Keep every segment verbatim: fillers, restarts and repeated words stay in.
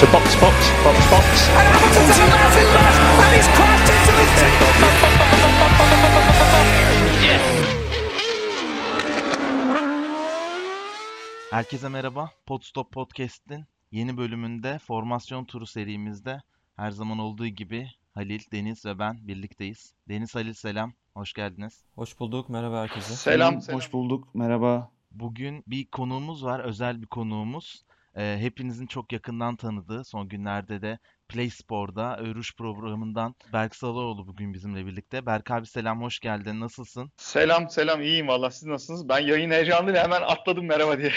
into box, box, box, box. And Hamilton's a massive left, and he's crashed into the Herkese merhaba. Podstop Podcast'in yeni bölümünde formasyon turu serimizde her zaman olduğu gibi Halil, Deniz ve ben birlikteyiz. Deniz, Halil selam. Hoş geldiniz. Hoş bulduk. Merhaba herkese. Selam, Selam, hoş bulduk. Merhaba. Bugün bir konuğumuz var, özel bir konuğumuz. Ee, hepinizin çok yakından tanıdığı, son günlerde de Play Spor'da Örüş programından Berk Salaroğlu bugün bizimle birlikte. Berk abi selam, hoş geldin. Nasılsın? Selam, selam. İyiyim valla. Siz nasılsınız? Ben yayın heyecanlıyla hemen atladım merhaba diye.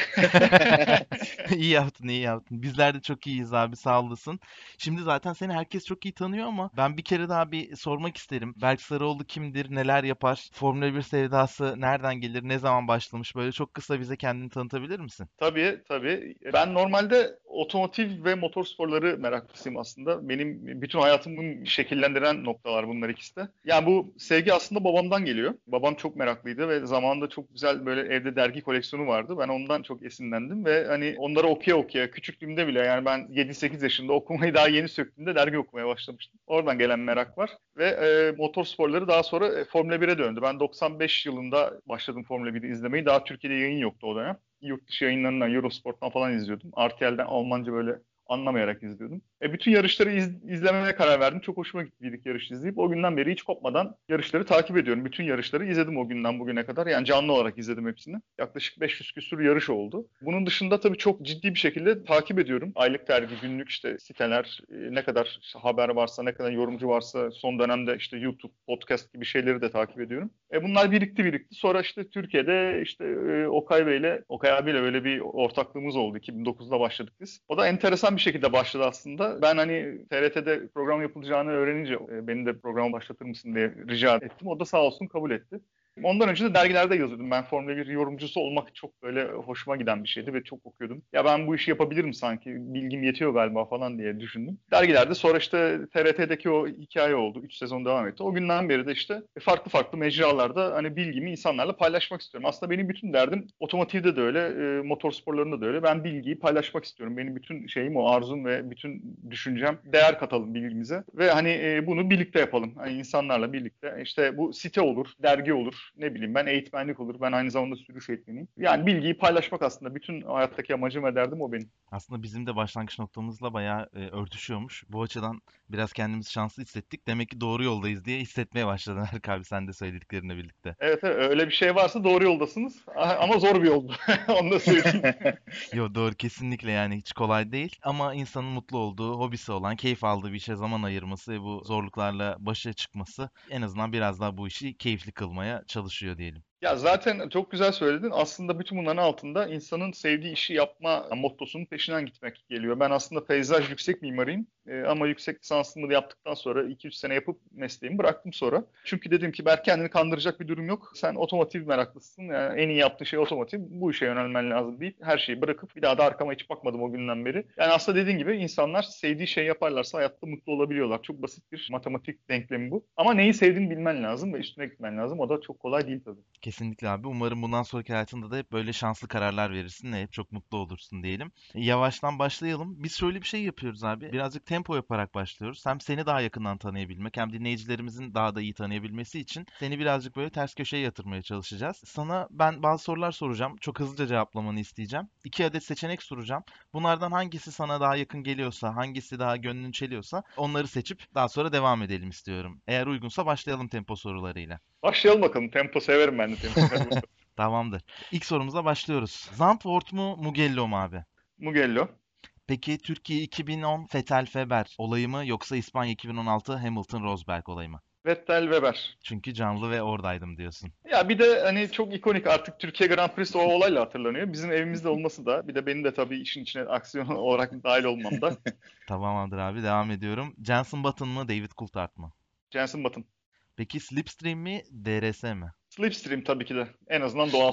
İyi yaptın, iyi yaptın. Bizler de çok iyiyiz abi, sağ olasın. Şimdi zaten seni herkes çok iyi tanıyor ama ben bir kere daha bir sormak isterim. Berk Sarıoğlu kimdir, neler yapar? Formula bir sevdası nereden gelir, ne zaman başlamış? Böyle çok kısa bize kendini tanıtabilir misin? Tabii, tabii. Ben normalde otomotiv ve motorsporları meraklısıyım aslında. Benim bütün hayatımı şekillendiren noktalar bunlar ikisi de. Yani bu sevgi aslında babamdan geliyor. Babam çok meraklıydı ve zamanında çok güzel böyle evde dergi koleksiyonu vardı. Ben ondan çok esinlendim ve hani onları okuya okuya küçüklüğümde bile, yani ben yedi sekiz yaşında okumayı daha yeni söktüğümde dergi okumaya başlamıştım. Oradan gelen merak var ve e, motorsporları daha sonra e, Formula bire döndü. Ben doksan beş yılında başladım Formula biri izlemeyi. Daha Türkiye'de yayın yoktu o dönem. Yurt dışı yayınlarından, Eurosport'tan falan izliyordum. R T L'den Almanca böyle anlamayarak izliyordum. E bütün yarışları iz, izlemeye karar verdim. Çok hoşuma gitti ilk yarış izleyip. O günden beri hiç kopmadan yarışları takip ediyorum. Bütün yarışları izledim o günden bugüne kadar. Yani canlı olarak izledim hepsini. Yaklaşık beş yüz küsur yarış oldu. Bunun dışında tabii çok ciddi bir şekilde takip ediyorum. Aylık dergi, günlük işte siteler, e, ne kadar işte haber varsa, ne kadar yorumcu varsa, son dönemde işte YouTube, podcast gibi şeyleri de takip ediyorum. E bunlar birikti birikti. Sonra işte Türkiye'de işte e, Okay Bey'le, Okay abiyle böyle bir ortaklığımız oldu. iki bin dokuzda başladık biz. O da enteresan bir şekilde başladı aslında. Ben hani T R T'de program yapılacağını öğrenince e, beni de programa başlatır mısın diye rica ettim. O da sağ olsun kabul etti. Ondan önce de dergilerde yazıyordum. Ben Formula bir yorumcusu olmak çok böyle hoşuma giden bir şeydi ve çok okuyordum. Ya ben bu işi yapabilirim sanki, bilgim yetiyor galiba falan diye düşündüm. Dergilerde sonra işte T R T'deki o hikaye oldu. üç sezon devam etti. O günden beri de işte farklı farklı mecralarda hani bilgimi insanlarla paylaşmak istiyorum. Aslında benim bütün derdim otomotivde de öyle, e, motorsporlarında da öyle. Ben bilgiyi paylaşmak istiyorum. Benim bütün şeyim o, arzum ve bütün düşüncem, değer katalım bilgimize. Ve hani e, bunu birlikte yapalım. Hani insanlarla birlikte. İşte bu site olur, dergi olur. Ne bileyim ben, eğitmenlik olur. Ben aynı zamanda sürüş eğitmeniyim. Yani bilgiyi paylaşmak aslında bütün hayattaki amacım ve derdim o benim. Aslında bizim de başlangıç noktamızla bayağı e, örtüşüyormuş. Bu açıdan biraz kendimizi şanslı hissettik. Demek ki doğru yoldayız diye hissetmeye başladın Erk abi, sen de söylediklerinle birlikte. Evet, evet, öyle bir şey varsa doğru yoldasınız. Ama zor bir yoldu. Onu da söyleyeyim. Yo, doğru, kesinlikle, yani hiç kolay değil. Ama insanın mutlu olduğu, hobisi olan, keyif aldığı bir işe zaman ayırması ve bu zorluklarla başa çıkması en azından biraz daha bu işi keyifli kılmaya çalışıyor diyelim. Ya zaten çok güzel söyledin. Aslında bütün bunların altında insanın sevdiği işi yapma mottosunun peşinden gitmek geliyor. Ben aslında peyzaj yüksek mimarıyım. Ee, ama yüksek lisansımı yaptıktan sonra iki üç sene yapıp mesleğimi bıraktım sonra. Çünkü dedim ki belki kendini kandıracak bir durum yok. Sen otomotiv meraklısın. Yani en iyi yaptığın şey otomotiv. Bu işe yönelmen lazım deyip her şeyi bırakıp bir daha da arkama hiç bakmadım o günden beri. Yani aslında dediğin gibi insanlar sevdiği şeyi yaparlarsa hayatta mutlu olabiliyorlar. Çok basit bir matematik denklemi bu. Ama neyi sevdiğini bilmen lazım ve üstüne gitmen lazım. O da çok kolay değil tabii. Kesinlikle abi. Umarım bundan sonraki hayatında da hep böyle şanslı kararlar verirsin ve hep çok mutlu olursun diyelim. Yavaştan başlayalım. Biz şöyle bir şey yapıyoruz abi. Birazcık tempo yaparak başlıyoruz. Hem seni daha yakından tanıyabilmek hem dinleyicilerimizin daha da iyi tanıyabilmesi için seni birazcık böyle ters köşeye yatırmaya çalışacağız. Sana ben bazı sorular soracağım. Çok hızlıca cevaplamanı isteyeceğim. İki adet seçenek soracağım. Bunlardan hangisi sana daha yakın geliyorsa, hangisi daha gönlün çeliyorsa onları seçip daha sonra devam edelim istiyorum. Eğer uygunsa başlayalım tempo sorularıyla. Başlayalım bakalım. Tempo severim ben de tempo. Hadi bakalım. Tamamdır. İlk sorumuza başlıyoruz. Zandvoort mu, Mugello mu abi? Mugello. Peki Türkiye iki bin on Vettel-Weber olayı mı yoksa İspanya iki bin on altı Hamilton-Rosberg olayı mı? Vettel Weber. Çünkü canlı ve oradaydım diyorsun. Ya bir de hani çok ikonik artık Türkiye Grand Prix'si o olayla hatırlanıyor. Bizim evimizde olması da, bir de benim de tabii işin içine aksiyon olarak dahil olmam da. Tamamdır abi, devam ediyorum. Jenson Button mı, David Coulthard mı? Jenson Button. Peki Slipstream mi, D R S mi? Slipstream tabii ki de. En azından doğal.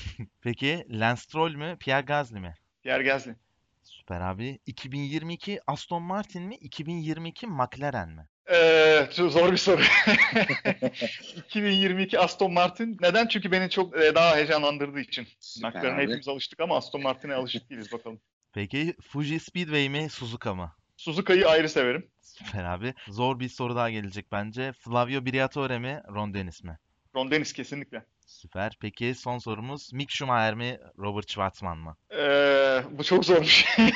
Peki Lance Stroll mü, Pierre Gasly mi? Pierre Gasly. Süper abi. iki bin yirmi iki Aston Martin mi, iki bin yirmi iki McLaren mi? Ee, çok zor bir soru. iki bin yirmi iki Aston Martin. Neden? Çünkü beni çok e, daha heyecanlandırdığı için. Süper McLaren'e abi. hepimiz alıştık ama Aston Martin'e alışık değiliz bakalım. Peki Fuji Speedway mi, Suzuka mı? Suzuka'yı ayrı severim. Süper abi. Zor bir soru daha gelecek bence. Flavio Briatore mi, Ron Dennis mi? Ron Dennis kesinlikle. Süper. Peki son sorumuz Mick Schumacher mi, Robert Schwarzman mı? Ee, bu çok zor bir şey.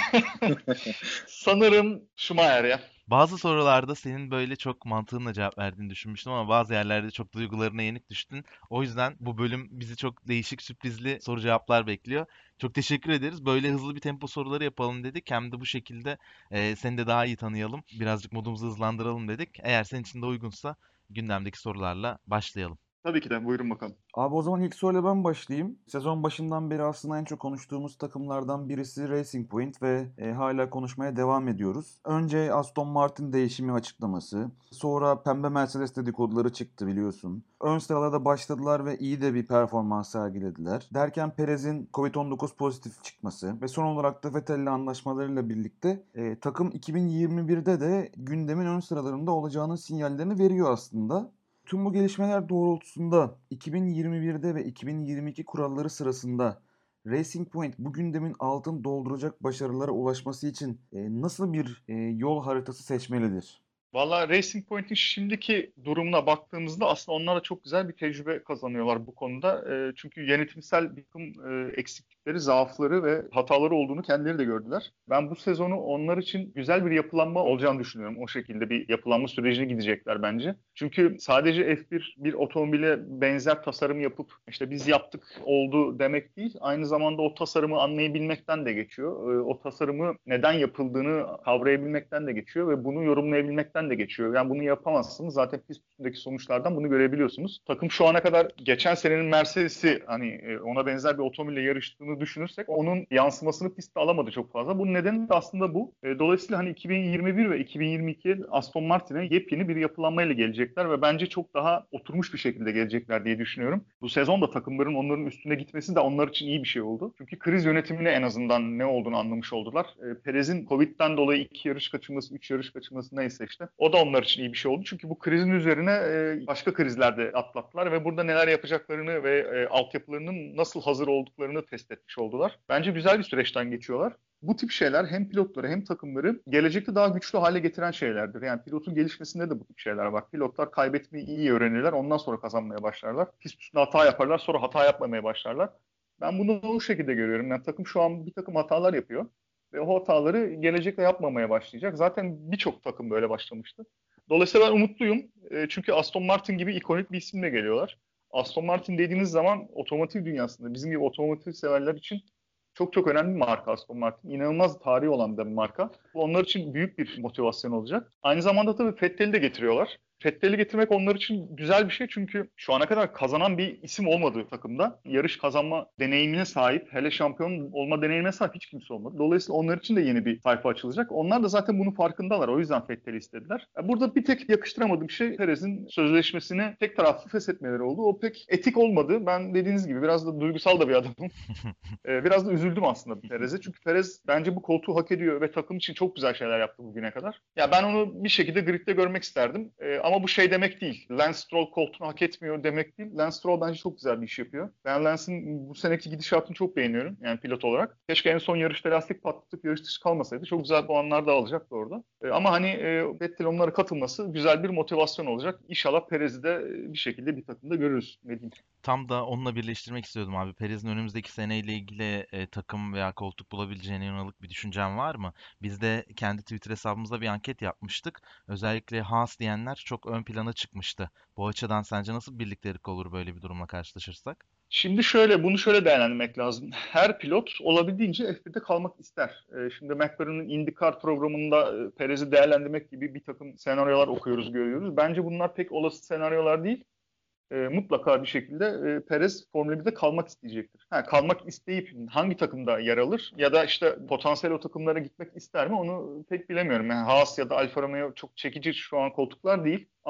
Sanırım Schumacher ya. Bazı sorularda senin böyle çok mantığınla cevap verdiğini düşünmüştüm ama bazı yerlerde çok duygularına yenik düştün. O yüzden bu bölüm bizi çok değişik sürprizli soru cevaplar bekliyor. Çok teşekkür ederiz. Böyle hızlı bir tempo soruları yapalım dedik. Hem de bu şekilde e, seni de daha iyi tanıyalım. Birazcık modumuzu hızlandıralım dedik. Eğer senin için de uygunsa gündemdeki sorularla başlayalım. Tabii ki de, buyurun bakalım. Abi o zaman ilk soruyla ben başlayayım. Sezon başından beri aslında en çok konuştuğumuz takımlardan birisi Racing Point ve e, hala konuşmaya devam ediyoruz. Önce Aston Martin değişimi açıklaması, sonra pembe Mercedes dedikoduları çıktı biliyorsun. Ön sıralarda başladılar ve iyi de bir performans sergilediler. Derken Perez'in covid on dokuz pozitif çıkması ve son olarak da Vettel'le anlaşmalarıyla birlikte e, takım iki bin yirmi birde de gündemin ön sıralarında olacağının sinyallerini veriyor aslında. Tüm bu gelişmeler doğrultusunda iki bin yirmi birde ve iki bin yirmi iki kuralları sırasında Racing Point bu gündemin altın dolduracak başarılara ulaşması için e, nasıl bir e, yol haritası seçmelidir? Valla Racing Point'in şimdiki durumuna baktığımızda aslında onlar da çok güzel bir tecrübe kazanıyorlar bu konuda. E, çünkü yönetimsel bir takım e, eksiklikleri, zaafları ve hataları olduğunu kendileri de gördüler. Ben bu sezonu onlar için güzel bir yapılanma olacağını düşünüyorum. O şekilde bir yapılanma sürecine gidecekler bence. Çünkü sadece F bir bir otomobile benzer tasarım yapıp işte biz yaptık oldu demek değil. Aynı zamanda o tasarımı anlayabilmekten de geçiyor. E, o tasarımı neden yapıldığını kavrayabilmekten de geçiyor ve bunu yorumlayabilmekten de geçiyor. Yani bunu yapamazsınız. Zaten pist üstündeki sonuçlardan bunu görebiliyorsunuz. Takım şu ana kadar geçen senenin Mercedes'i hani ona benzer bir otomobille yarıştığını düşünürsek onun yansımasını pistte alamadı çok fazla. Bunun nedeni de aslında bu. Dolayısıyla hani iki bin yirmi bir ve iki bin yirmi ikiye Aston Martin'e yepyeni bir yapılanmayla gelecekler ve bence çok daha oturmuş bir şekilde gelecekler diye düşünüyorum. Bu sezon da takımların onların üstüne gitmesi de onlar için iyi bir şey oldu. Çünkü kriz yönetimine en azından ne olduğunu anlamış oldular. Perez'in Covid'den dolayı iki yarış kaçırması, üç yarış kaçırması neyse işte. O da onlar için iyi bir şey oldu. Çünkü bu krizin üzerine e, başka krizler de atlattılar ve burada neler yapacaklarını ve e, altyapılarının nasıl hazır olduklarını test etmiş oldular. Bence güzel bir süreçten geçiyorlar. Bu tip şeyler hem pilotları hem takımları gelecekte daha güçlü hale getiren şeylerdir. Yani pilotun gelişmesinde de bu tip şeyler var. Pilotlar kaybetmeyi iyi öğrenirler, ondan sonra kazanmaya başlarlar. Pist üstünde hata yaparlar, sonra hata yapmamaya başlarlar. Ben bunu o şekilde görüyorum. Yani takım şu an bir takım hatalar yapıyor. Ve o hataları gelecekte yapmamaya başlayacak. Zaten birçok takım böyle başlamıştı. Dolayısıyla ben umutluyum. E, çünkü Aston Martin gibi ikonik bir isimle geliyorlar. Aston Martin dediğiniz zaman otomotiv dünyasında bizim gibi otomotiv severler için çok çok önemli bir marka Aston Martin. İnanılmaz tarihi olan bir marka. Bu onlar için büyük bir motivasyon olacak. Aynı zamanda tabii Vettel'i de getiriyorlar. Vettel'i getirmek onlar için güzel bir şey çünkü şu ana kadar kazanan bir isim olmadı takımda. Yarış kazanma deneyimine sahip, hele şampiyon olma deneyimine sahip hiç kimse olmadı. Dolayısıyla onlar için de yeni bir sayfa açılacak. Onlar da zaten bunun farkındalar. O yüzden Vettel'i istediler. Burada bir tek yakıştıramadığım şey Perez'in sözleşmesini tek taraflı feshetmeleri oldu. O pek etik olmadı. Ben dediğiniz gibi biraz da duygusal da bir adamım. Biraz da üzüldüm aslında Perez'e. Çünkü Perez bence bu koltuğu hak ediyor ve takım için çok güzel şeyler yaptı bugüne kadar. Ya ben onu bir şekilde gridde görmek isterdim. Ama bu şey demek değil. Lance Stroll koltuğunu hak etmiyor demek değil. Lance Stroll bence çok güzel bir iş yapıyor. Ben Lance'in bu seneki gidişatını çok beğeniyorum. Yani pilot olarak. Keşke en son yarışta lastik patlatıp yarış dışı kalmasaydı. Çok güzel puanlar da alacaktı orada. Ama hani Vettel onlara katılması güzel bir motivasyon olacak. İnşallah Perez'i de bir şekilde bir takımda görürüz. Ne diyeyim. Tam da onunla birleştirmek istiyordum abi. Perez'in önümüzdeki seneyle ilgili e, takım veya koltuk bulabileceğine yönelik bir düşüncen var mı? Biz de kendi Twitter hesabımızda bir anket yapmıştık. Özellikle Haas diyenler çok ön plana çıkmıştı. Bu açıdan sence nasıl bir birliktelik olur böyle bir durumla karşılaşırsak? Şimdi şöyle, bunu şöyle değerlendirmek lazım. Her pilot olabildiğince F birde kalmak ister. Şimdi McLaren'ın IndyCar programında Perez'i değerlendirmek gibi bir takım senaryolar okuyoruz, görüyoruz. Bence bunlar pek olası senaryolar değil. E, mutlaka bir şekilde e, Perez Formula birde kalmak isteyecektir. Ha, kalmak isteyip hangi takımda yer alır ya da işte potansiyel o takımlara gitmek ister mi onu pek bilemiyorum. Yani Haas ya da Alfa Romeo çok çekici şu an koltuklar değil ama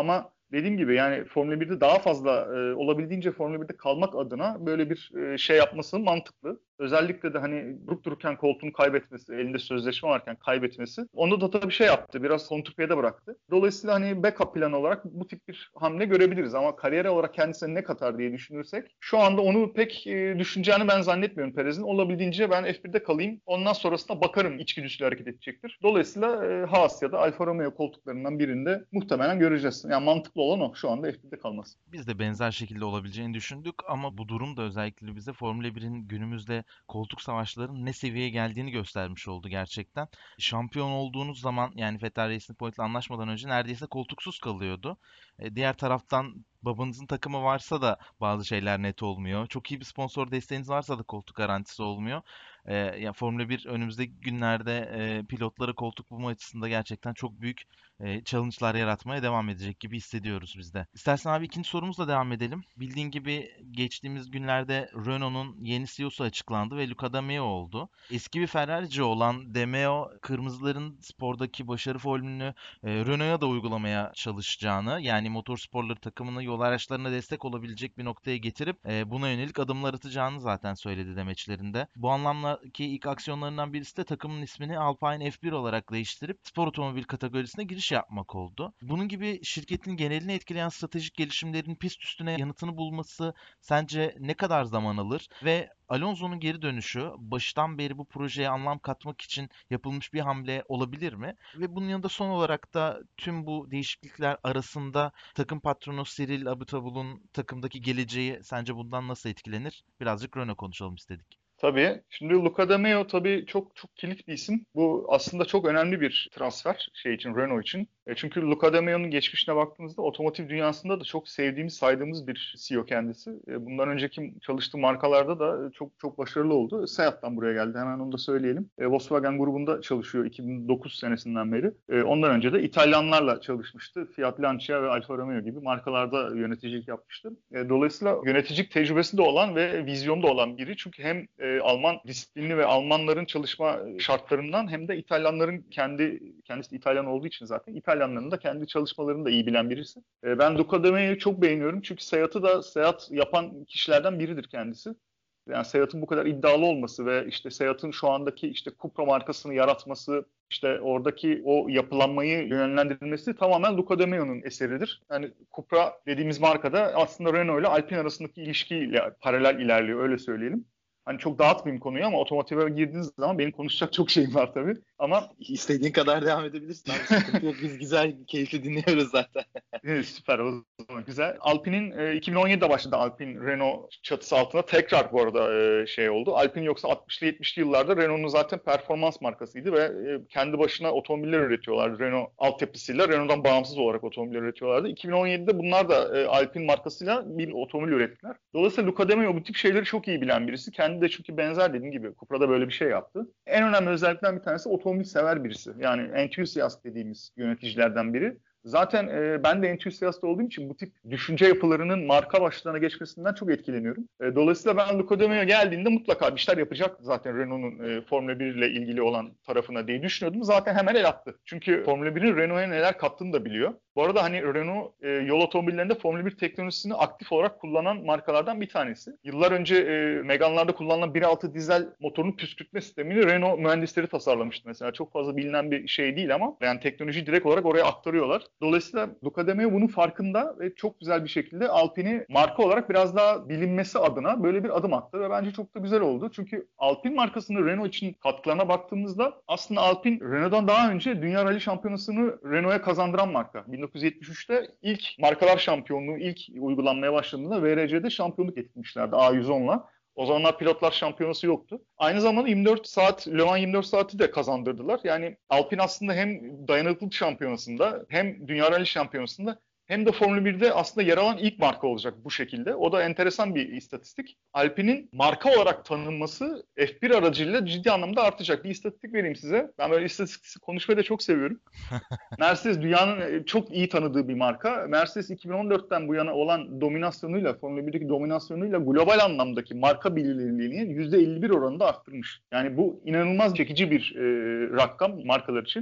dediğim gibi yani Formula birde daha fazla e, olabildiğince Formula birde kalmak adına böyle bir e, şey yapması mantıklı. Özellikle de hani durup dururken koltuğunu kaybetmesi, elinde sözleşme varken kaybetmesi. Onu da tabii şey yaptı, biraz kontrpiyede bıraktı. Dolayısıyla hani backup planı olarak bu tip bir hamle görebiliriz. Ama kariyer olarak kendisine ne katar diye düşünürsek şu anda onu pek e, düşüneceğini ben zannetmiyorum Perez'in. Olabildiğince ben F birde kalayım. Ondan sonrasında bakarım içgüdüsüyle hareket edecektir. Dolayısıyla e, Haas ya da Alfa Romeo koltuklarından birinde muhtemelen göreceğiz. Yani mantıklı olan o şu anda F birde kalması. Biz de benzer şekilde olabileceğini düşündük ama bu durum da özellikle bize Formula birin günümüzde koltuk savaşlarının ne seviyeye geldiğini göstermiş oldu gerçekten. Şampiyon olduğunuz zaman yani Vettel Racing Point'le anlaşmadan önce neredeyse koltuksuz kalıyordu. E, diğer taraftan babanızın takımı varsa da bazı şeyler net olmuyor. Çok iyi bir sponsor desteğiniz varsa da koltuk garantisi olmuyor. E, ya Formula bir önümüzdeki günlerde e, pilotlara koltuk bulma açısından gerçekten çok büyük e, challenge'lar yaratmaya devam edecek gibi hissediyoruz biz de. İstersen abi ikinci sorumuzla devam edelim. Bildiğin gibi geçtiğimiz günlerde Renault'un yeni C E O'su açıklandı ve Luca De Meo oldu. Eski bir Ferrari'ci olan De Meo, kırmızıların spordaki başarı formülünü e, Renault'a da uygulamaya çalışacağını, yani motorsporları takımını yol araçlarına destek olabilecek bir noktaya getirip e, buna yönelik adımlar atacağını zaten söyledi demeçlerinde. Bu anlamdaki ilk aksiyonlarından birisi de takımın ismini Alpine F bir olarak değiştirip spor otomobil kategorisine giriş yapmak oldu. Bunun gibi şirketin genelini etkileyen stratejik gelişimlerin pist üstüne yanıtını bulması sence ne kadar zaman alır ve Alonso'nun geri dönüşü baştan beri bu projeye anlam katmak için yapılmış bir hamle olabilir mi? Ve bunun yanında son olarak da tüm bu değişiklikler arasında takım patronu Cyril Abiteboul'un takımdaki geleceği sence bundan nasıl etkilenir? Birazcık Renault konuşalım istedik. Tabii. Şimdi Luca De Meo tabii çok çok kilit bir isim. Bu aslında çok önemli bir transfer şey için, Renault için. E çünkü Luca De Meo'nun geçmişine baktığınızda otomotiv dünyasında da çok sevdiğimiz, saydığımız bir C E O kendisi. E bundan önceki çalıştığı markalarda da çok çok başarılı oldu. Seat'tan buraya geldi. Hemen onu da söyleyelim. E, Volkswagen grubunda çalışıyor iki bin dokuz senesinden beri. E, ondan önce de İtalyanlarla çalışmıştı. Fiat Lancia ve Alfa Romeo gibi markalarda yöneticilik yapmıştı. E, dolayısıyla yöneticilik tecrübesi de olan ve vizyonu da olan biri. Çünkü hem e, Alman disiplinli ve Almanların çalışma şartlarından hem de İtalyanların kendi, kendisi İtalyan olduğu için zaten İtalyanların da kendi çalışmalarını da iyi bilen birisi. E, ben Luca De Meo'yu çok beğeniyorum çünkü Seat'ı da Seat yapan kişilerden biridir kendisi. Yani Seat'ın bu kadar iddialı olması ve işte Seat'ın şu andaki işte Cupra markasını yaratması, işte oradaki o yapılanmayı yönlendirilmesi tamamen Luca De Meo'nun eseridir. Yani Cupra dediğimiz markada aslında Renault ile Alpine arasındaki ilişkiyle paralel ilerliyor, öyle söyleyelim. Hani çok dağıtmayayım konuyu ama otomotive girdiğiniz zaman benim konuşacak çok şeyim var tabii. Ama istediğin kadar devam edebilirsin abi. Sıkıntı yok. Biz güzel, keyifli dinliyoruz zaten. Süper, o zaman güzel. Alpine'in e, iki bin on yedide başladı Alpine Renault çatısı altında. Tekrar bu arada e, şey oldu. Alpine yoksa altmışlı yetmişli yıllarda Renault'un zaten performans markasıydı ve e, kendi başına otomobiller üretiyorlardı. Renault altyapısıyla Renault'dan bağımsız olarak otomobiller üretiyorlardı. iki bin on yedide bunlar da e, Alpine markasıyla bir otomobil ürettiler. Dolayısıyla Luca De Meo bu tip şeyleri çok iyi bilen birisi. Kendi de çünkü benzer dediğim gibi Cupra'da böyle bir şey yaptı. En önemli özelliklerden bir tanesi otomobil sever birisi. Yani enthusiast dediğimiz yöneticilerden biri. Zaten e, ben de enthusiast olduğum için bu tip düşünce yapılarının marka başlarına geçmesinden çok etkileniyorum. E, dolayısıyla ben Luca De Meo geldiğinde mutlaka bir şeyler yapacak zaten Renault'un e, Formula bir ile ilgili olan tarafına diye düşünüyordum. Zaten hemen el attı. Çünkü Formula birin Renault'a neler kattığını da biliyor. Bu arada hani Renault e, yol otomobillerinde Formula bir teknolojisini aktif olarak kullanan markalardan bir tanesi. Yıllar önce e, Megane'larda kullanılan bir nokta altı dizel motorunu püskürtme sistemini Renault mühendisleri tasarlamıştı mesela. Çok fazla bilinen bir şey değil ama yani teknolojiyi direkt olarak oraya aktarıyorlar. Dolayısıyla Luca De Meo bunun farkında ve çok güzel bir şekilde Alpine'i marka olarak biraz daha bilinmesi adına böyle bir adım attı ve bence çok da güzel oldu. Çünkü Alpine markasının Renault için katkılarına baktığımızda aslında Alpine Renault'dan daha önce Dünya Rally Şampiyonası'nı Renault'a kazandıran marka. bin dokuz yüz yetmiş üçte ilk markalar şampiyonluğu ilk uygulanmaya başladığında V R C'de şampiyonluk etmişlerdi A yüz onla. O zamanlar pilotlar şampiyonası yoktu. Aynı zamanda yirmi dört saat, Le Mans yirmi dört saati de kazandırdılar. Yani Alpine aslında hem dayanıklılık şampiyonasında hem Dünya Rally Şampiyonası'nda hem de Formula birde aslında yer alan ilk marka olacak bu şekilde. O da enteresan bir istatistik. Alpine'in marka olarak tanınması F bir aracıyla ciddi anlamda artacak. Bir istatistik vereyim size. Ben böyle istatistik konuşmayı da çok seviyorum. Mercedes dünyanın çok iyi tanıdığı bir marka. Mercedes iki bin on dörtten bu yana olan dominasyonuyla, Formula birdeki dominasyonuyla global anlamdaki marka bilinirliğini yüzde elli bir oranında arttırmış. Yani bu inanılmaz çekici bir e, rakam markalar için.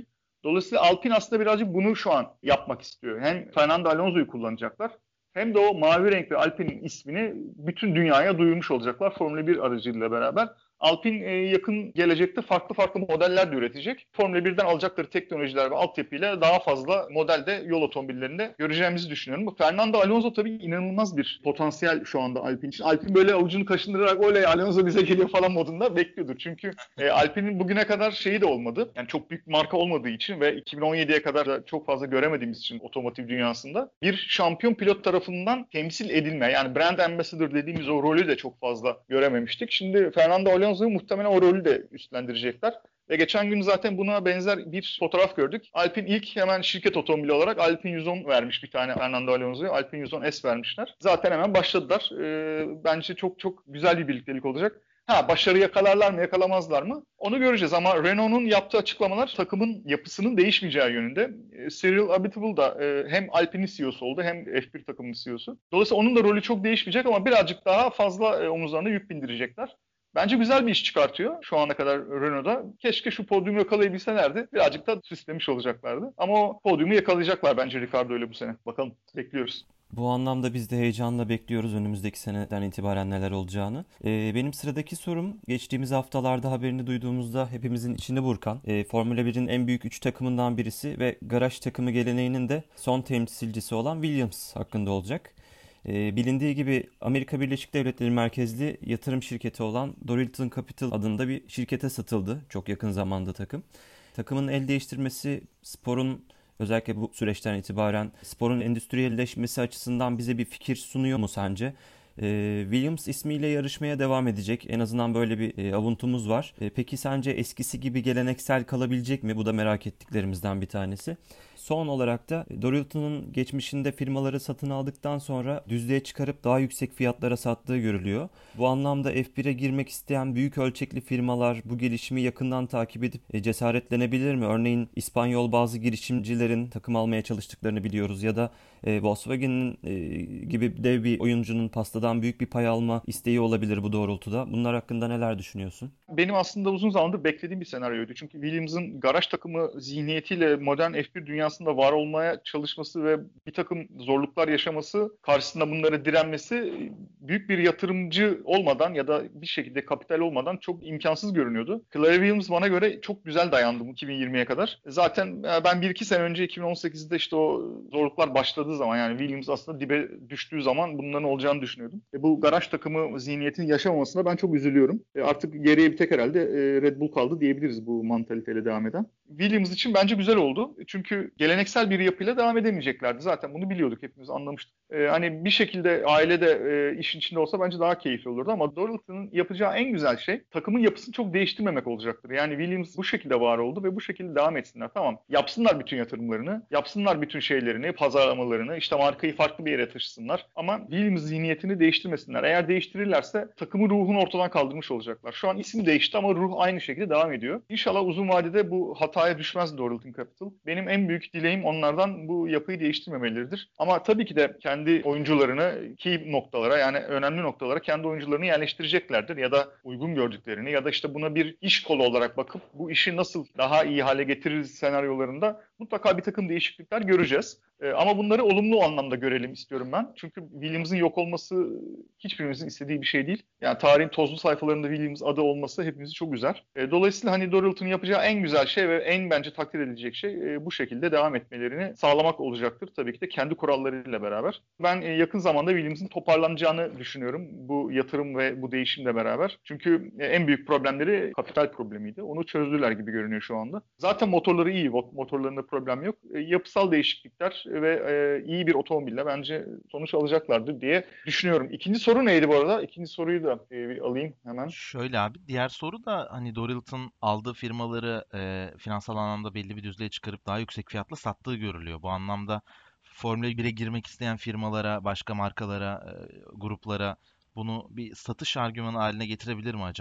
Dolayısıyla Alpine aslında birazcık bunu şu an yapmak istiyor. Hem Fernando Alonso'yu kullanacaklar hem de o mavi renk ve Alpine'in ismini bütün dünyaya duyurmuş olacaklar Formula bir aracılığıyla beraber. Alpine e, yakın gelecekte farklı farklı modeller de üretecek. Formula birden alacakları teknolojiler ve altyapıyla daha fazla modelde yol otomobillerinde göreceğimizi düşünüyorum. Bu Fernando Alonso tabii inanılmaz bir potansiyel şu anda Alpine için. Alpine böyle avucunu kaşındırarak oley Alonso bize geliyor falan modunda bekliyordur. Çünkü e, Alpine'in bugüne kadar şeyi de olmadı. Yani çok büyük bir marka olmadığı için ve iki bin on yediye kadar da çok fazla göremediğimiz için otomotiv dünyasında bir şampiyon pilot tarafından temsil edilme, yani brand ambassador dediğimiz o rolü de çok fazla görememiştik. Şimdi Fernando Alonso muhtemelen o rolü de üstlendirecekler. Ve geçen gün zaten buna benzer bir fotoğraf gördük. Alpine ilk hemen şirket otomobili olarak Alpine yüz on vermiş bir tane Fernando Alonso'ya. Alpine yüz on S vermişler. Zaten hemen başladılar. Ee, bence çok çok güzel bir birliktelik olacak. Ha, başarı yakalarlar mı yakalamazlar mı? Onu göreceğiz ama Renault'un yaptığı açıklamalar takımın yapısının değişmeyeceği yönünde. E, Cyril Abiteboul da e, hem Alpine'in C E O'su oldu hem F bir takımının C E O'su. Dolayısıyla onun da rolü çok değişmeyecek ama birazcık daha fazla e, omuzlarına yük bindirecekler. Bence güzel bir iş çıkartıyor şu ana kadar Renault'da. Keşke şu podyumu yakalayabilselerdi. Birazcık da süslemiş olacaklardı. Ama o podyumu yakalayacaklar bence Ricardo ile bu sene. Bakalım, bekliyoruz. Bu anlamda biz de heyecanla bekliyoruz önümüzdeki seneden itibaren neler olacağını. Ee, benim sıradaki sorum, geçtiğimiz haftalarda haberini duyduğumuzda hepimizin içini burkan, e, Formula birin en büyük üç takımından birisi ve garaj takımı geleneğinin de son temsilcisi olan Williams hakkında olacak. E, bilindiği gibi Amerika Birleşik Devletleri merkezli yatırım şirketi olan Dorilton Capital adında bir şirkete satıldı çok yakın zamanda takım. Takımın el değiştirmesi sporun, özellikle bu süreçten itibaren sporun endüstriyelleşmesi açısından bize bir fikir sunuyor mu sence? Ee, Williams ismiyle yarışmaya devam edecek. En azından böyle bir e, avuntumuz var. E, peki sence eskisi gibi geleneksel kalabilecek mi? Bu da merak ettiklerimizden bir tanesi. Son olarak da Dorilton'un geçmişinde firmaları satın aldıktan sonra düzlüğe çıkarıp daha yüksek fiyatlara sattığı görülüyor. Bu anlamda F bire girmek isteyen büyük ölçekli firmalar bu gelişimi yakından takip edip e, cesaretlenebilir mi? Örneğin İspanyol bazı girişimcilerin takım almaya çalıştıklarını biliyoruz ya da e, Volkswagen'in e, gibi dev bir oyuncunun pastadan büyük bir pay alma isteği olabilir bu doğrultuda. Bunlar hakkında neler düşünüyorsun? Benim aslında uzun zamandır beklediğim bir senaryoydu. Çünkü Williams'ın garaj takımı zihniyetiyle modern F bir dünyasında var olmaya çalışması ve bir takım zorluklar yaşaması, karşısında bunlara direnmesi büyük bir yatırımcı olmadan ya da bir şekilde kapital olmadan çok imkansız görünüyordu. Claire Williams bana göre çok güzel dayandı bu iki bin yirmiye kadar. Zaten ben bir iki sene önce iki bin on sekizde işte o zorluklar başladığı zaman, yani Williams aslında dibe düştüğü zaman bunların olacağını düşünüyordum. E bu garaj takımı zihniyetini yaşamamasına ben çok üzülüyorum. E artık geriye bir tek herhalde e, Red Bull kaldı diyebiliriz bu mantaliteyle devam eden. Williams için bence güzel oldu. Çünkü geleneksel bir yapıyla devam edemeyeceklerdi. Zaten bunu biliyorduk, hepimiz anlamıştık. Ee, hani bir şekilde ailede e, işin içinde olsa bence daha keyifli olurdu ama Dorilton'un yapacağı en güzel şey takımın yapısını çok değiştirmemek olacaktır. Yani Williams bu şekilde var oldu ve bu şekilde devam etsinler. Tamam, yapsınlar bütün yatırımlarını, yapsınlar bütün şeylerini, pazarlamalarını, işte markayı farklı bir yere taşısınlar. Ama Williams zihniyetini değiştirmesinler. Eğer değiştirirlerse takımın ruhunu ortadan kaldırmış olacaklar. Şu an isim değişti ama ruh aynı şekilde devam ediyor. İnşallah uzun vadede bu hataya düşmez Dorilton Capital. Benim en büyük dileğim onlardan bu yapıyı değiştirmemeleridir. Ama tabii ki de kendi oyuncularını key noktalara, yani önemli noktalara kendi oyuncularını yerleştireceklerdir. Ya da uygun gördüklerini ya da işte buna bir iş kolu olarak bakıp bu işi nasıl daha iyi hale getiririz senaryolarında mutlaka bir takım değişiklikler göreceğiz. Ee, ama bunları olumlu anlamda görelim istiyorum ben. Çünkü Williams'ın yok olması hiçbirimizin istediği bir şey değil. Yani tarihin tozlu sayfalarında Williams adı olması hepimizi çok üzer. E, dolayısıyla hani Dorilton'un yapacağı en güzel şey ve en bence takdir edilecek şey e, bu şekilde devam etmelerini sağlamak olacaktır. Tabii ki de kendi kurallarıyla beraber. Ben e, yakın zamanda Williams'ın toparlanacağını düşünüyorum. Bu yatırım ve bu değişimle beraber. Çünkü e, en büyük problemleri kapital problemiydi. Onu çözdüler gibi görünüyor şu anda. Zaten motorları iyi. Motorlarında problem yok. E, yapısal değişiklikler ve e, iyi bir otomobille bence sonuç alacaklardır diye düşünüyorum. İkinci soru neydi bu arada? İkinci soruyu da e, bir alayım hemen. Şöyle abi, diğer soru da hani Dorilton aldığı firmaları e, finansal anlamda belli bir düzlüğe çıkarıp daha yüksek fiyatla sattığı görülüyor. Bu anlamda Formula bire girmek isteyen firmalara, başka markalara, e, gruplara bunu bir satış argümanı haline getirebilir mi acaba?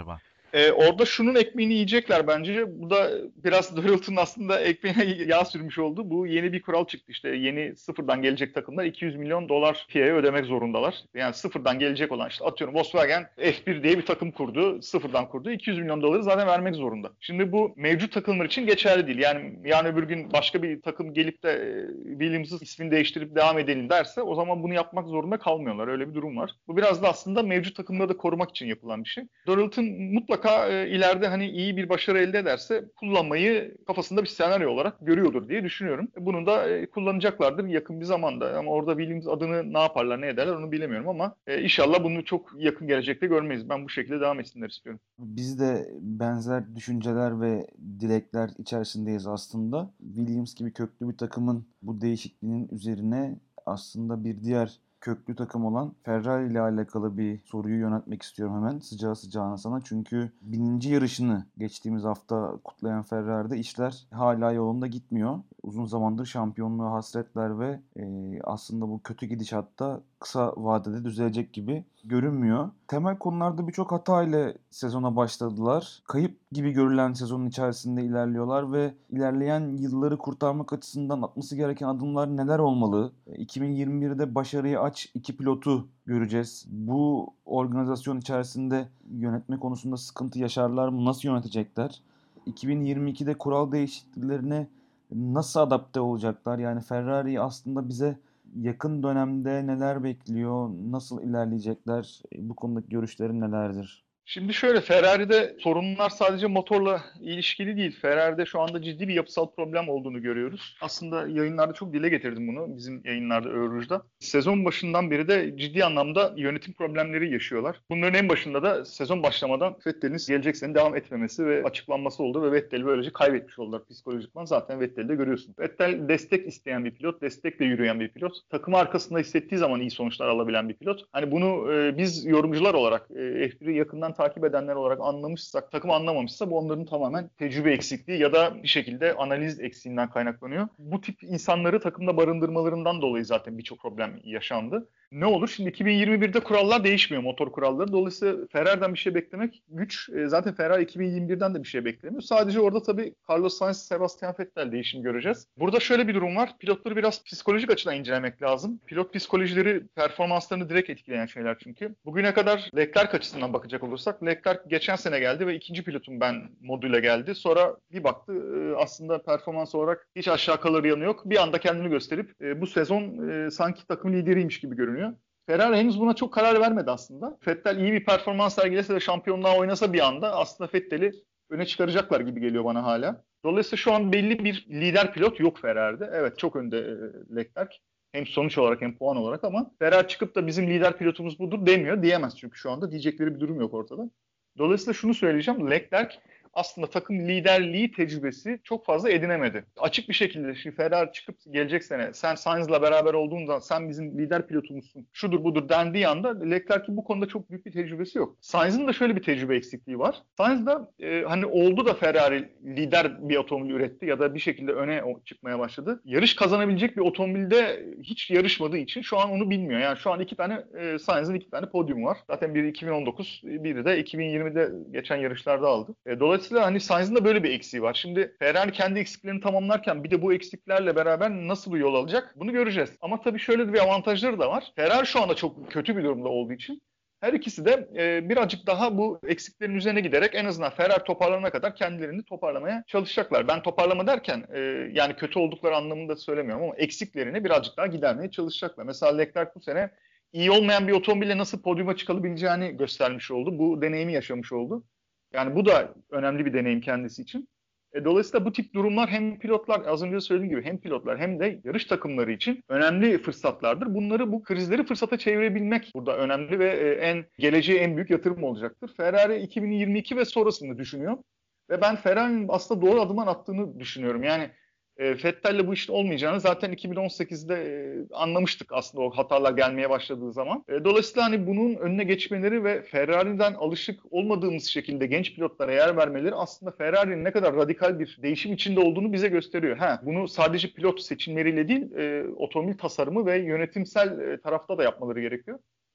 Ee, orada şunun ekmeğini yiyecekler bence. Bu da biraz Dorilton'un aslında ekmeğine yağ sürmüş oldu. Bu yeni bir kural çıktı işte. Yeni sıfırdan gelecek takımlar iki yüz milyon dolar F I A'ya ödemek zorundalar. Yani sıfırdan gelecek olan işte atıyorum Volkswagen F bir diye bir takım kurdu. Sıfırdan kurdu. iki yüz milyon doları zaten vermek zorunda. Şimdi bu mevcut takımlar için geçerli değil. Yani yarın öbür gün başka bir takım gelip de e, Williams'ın ismini değiştirip devam edelim derse o zaman bunu yapmak zorunda kalmıyorlar. Öyle bir durum var. Bu biraz da aslında mevcut takımları da korumak için yapılan bir şey. Dorilton mutlaka e, ileride hani iyi bir başarı elde ederse kullanmayı kafasında bir senaryo olarak görüyordur diye düşünüyorum. Bunun da e, kullanacaklardır yakın bir zamanda. Ama orada Williams adını ne yaparlar ne ederler onu bilemiyorum ama e, inşallah bunu çok yakın gelecekte görmeyiz. Ben bu şekilde devam etsinler istiyorum. Biz de benzer düşünceler ve dilekler içerisindeyiz aslında. Williams gibi köklü bir takımın bu değişikliğinin üzerine aslında bir diğer köklü takım olan Ferrari ile alakalı bir soruyu yöneltmek istiyorum hemen sıcağı sıcağına sana. Çünkü bininci yarışını geçtiğimiz hafta kutlayan Ferrari'de işler hala yolunda gitmiyor. Uzun zamandır şampiyonluğa hasretler ve e, aslında bu kötü gidişatta kısa vadede düzelecek gibi görünmüyor. Temel konularda birçok hata ile sezona başladılar. Kayıp gibi görülen sezonun içerisinde ilerliyorlar ve ilerleyen yılları kurtarmak açısından atması gereken adımlar neler olmalı? iki bin yirmi birde başarıyı aç iki pilotu göreceğiz. Bu organizasyon içerisinde yönetme konusunda sıkıntı yaşarlar mı? Nasıl yönetecekler? iki bin yirmi ikide kural değişikliklerine nasıl adapte olacaklar? Yani Ferrari aslında bize yakın dönemde neler bekliyor? Nasıl ilerleyecekler? Bu konudaki görüşlerin nelerdir? Şimdi şöyle Ferrari'de sorunlar sadece motorla ilişkili değil. Ferrari'de şu anda ciddi bir yapısal problem olduğunu görüyoruz. Aslında yayınlarda çok dile getirdim bunu bizim yayınlarda Euroj'da. Sezon başından beri de ciddi anlamda yönetim problemleri yaşıyorlar. Bunların en başında da sezon başlamadan Vettel'in gelecek sene devam etmemesi ve açıklanması oldu ve Vettel'i böylece kaybetmiş oldular psikolojikman. Zaten Vettel'i de görüyorsun. Vettel destek isteyen bir pilot, destekle yürüyen bir pilot. Takımı arkasında hissettiği zaman iyi sonuçlar alabilen bir pilot. Hani bunu e, biz yorumcular olarak e, F bir'i yakından takip edenler olarak anlamışsak, takım anlamamışsa bu onların tamamen tecrübe eksikliği ya da bir şekilde analiz eksiğinden kaynaklanıyor. Bu tip insanları takımda barındırmalarından dolayı zaten birçok problem yaşandı. Ne olur? Şimdi iki bin yirmi birde kurallar değişmiyor, motor kuralları. Dolayısıyla Ferrari'den bir şey beklemek güç. E, zaten Ferrari iki bin yirmi birden de bir şey beklemiyor. Sadece orada tabii Carlos Sainz, Sebastian Vettel değişim göreceğiz. Burada şöyle bir durum var. Pilotları biraz psikolojik açıdan incelemek lazım. Pilot psikolojileri performanslarını direkt etkileyen şeyler çünkü. Bugüne kadar Leclerc açısından bakacak olursak, Leclerc geçen sene geldi ve ikinci pilotum ben moduyla geldi. Sonra bir baktı e, aslında performans olarak hiç aşağı kalır yanı yok. Bir anda kendini gösterip e, bu sezon e, sanki takım lideriymiş gibi görünüyor. Ferrari henüz buna çok karar vermedi aslında. Vettel iyi bir performans sergilese de şampiyonluğa oynasa bir anda aslında Vettel'i öne çıkaracaklar gibi geliyor bana hala. Dolayısıyla şu an belli bir lider pilot yok Ferrari'de. Evet çok önde e, Leclerc. Hem sonuç olarak hem puan olarak ama Ferrari çıkıp da bizim lider pilotumuz budur demiyor. Diyemez çünkü şu anda diyecekleri bir durum yok ortada. Dolayısıyla şunu söyleyeceğim. Leclerc aslında takım liderliği tecrübesi çok fazla edinemedi. Açık bir şekilde şimdi Ferrari çıkıp gelecek sene sen Sainz'la beraber olduğunda sen bizim lider pilotumuzsun, şudur budur dendiği anda Leclerc'in bu konuda çok büyük bir tecrübesi yok. Sainz'ın da şöyle bir tecrübe eksikliği var. Sainz da e, hani oldu da Ferrari lider bir otomobil üretti ya da bir şekilde öne çıkmaya başladı. Yarış kazanabilecek bir otomobilde hiç yarışmadığı için şu an onu bilmiyor. Yani şu an iki tane e, Sainz'ın iki tane podyumu var. Zaten biri iki bin on dokuz, biri de iki bin yirmide geçen yarışlarda aldı. E, dolayısıyla hani Sainz'ın da böyle bir eksiği var. Şimdi Ferrari kendi eksiklerini tamamlarken bir de bu eksiklerle beraber nasıl bir yol alacak bunu göreceğiz. Ama tabii şöyle bir avantajları da var. Ferrari şu anda çok kötü bir durumda olduğu için her ikisi de e, birazcık daha bu eksiklerin üzerine giderek en azından Ferrari toparlanana kadar kendilerini toparlamaya çalışacaklar. Ben toparlama derken e, yani kötü oldukları anlamında söylemiyorum ama eksiklerini birazcık daha gidermeye çalışacaklar. Mesela Leclerc bu sene iyi olmayan bir otomobille nasıl podyuma çıkabileceğini göstermiş oldu. Bu deneyimi yaşamış oldu. Yani bu da önemli bir deneyim kendisi için. E, dolayısıyla bu tip durumlar hem pilotlar, az önce söylediğim gibi hem pilotlar hem de yarış takımları için önemli fırsatlardır. Bunları, bu krizleri fırsata çevirebilmek burada önemli ve e, en geleceğe en büyük yatırım olacaktır. Ferrari iki bin yirmi iki ve sonrasını düşünüyor. Ve ben Ferrari'nin aslında doğru adımlar attığını düşünüyorum. Yani E, Vettel'le bu işin olmayacağını zaten iki bin on sekizde e, anlamıştık aslında o hatalar gelmeye başladığı zaman. E, dolayısıyla hani bunun önüne geçmeleri ve Ferrari'den alışık olmadığımız şekilde genç pilotlara yer vermeleri aslında Ferrari'nin ne kadar radikal bir değişim içinde olduğunu bize gösteriyor. Ha, bunu sadece pilot seçimleriyle değil, e, otomobil tasarımı ve yönetimsel e, tarafta da yapmaları gerekiyor.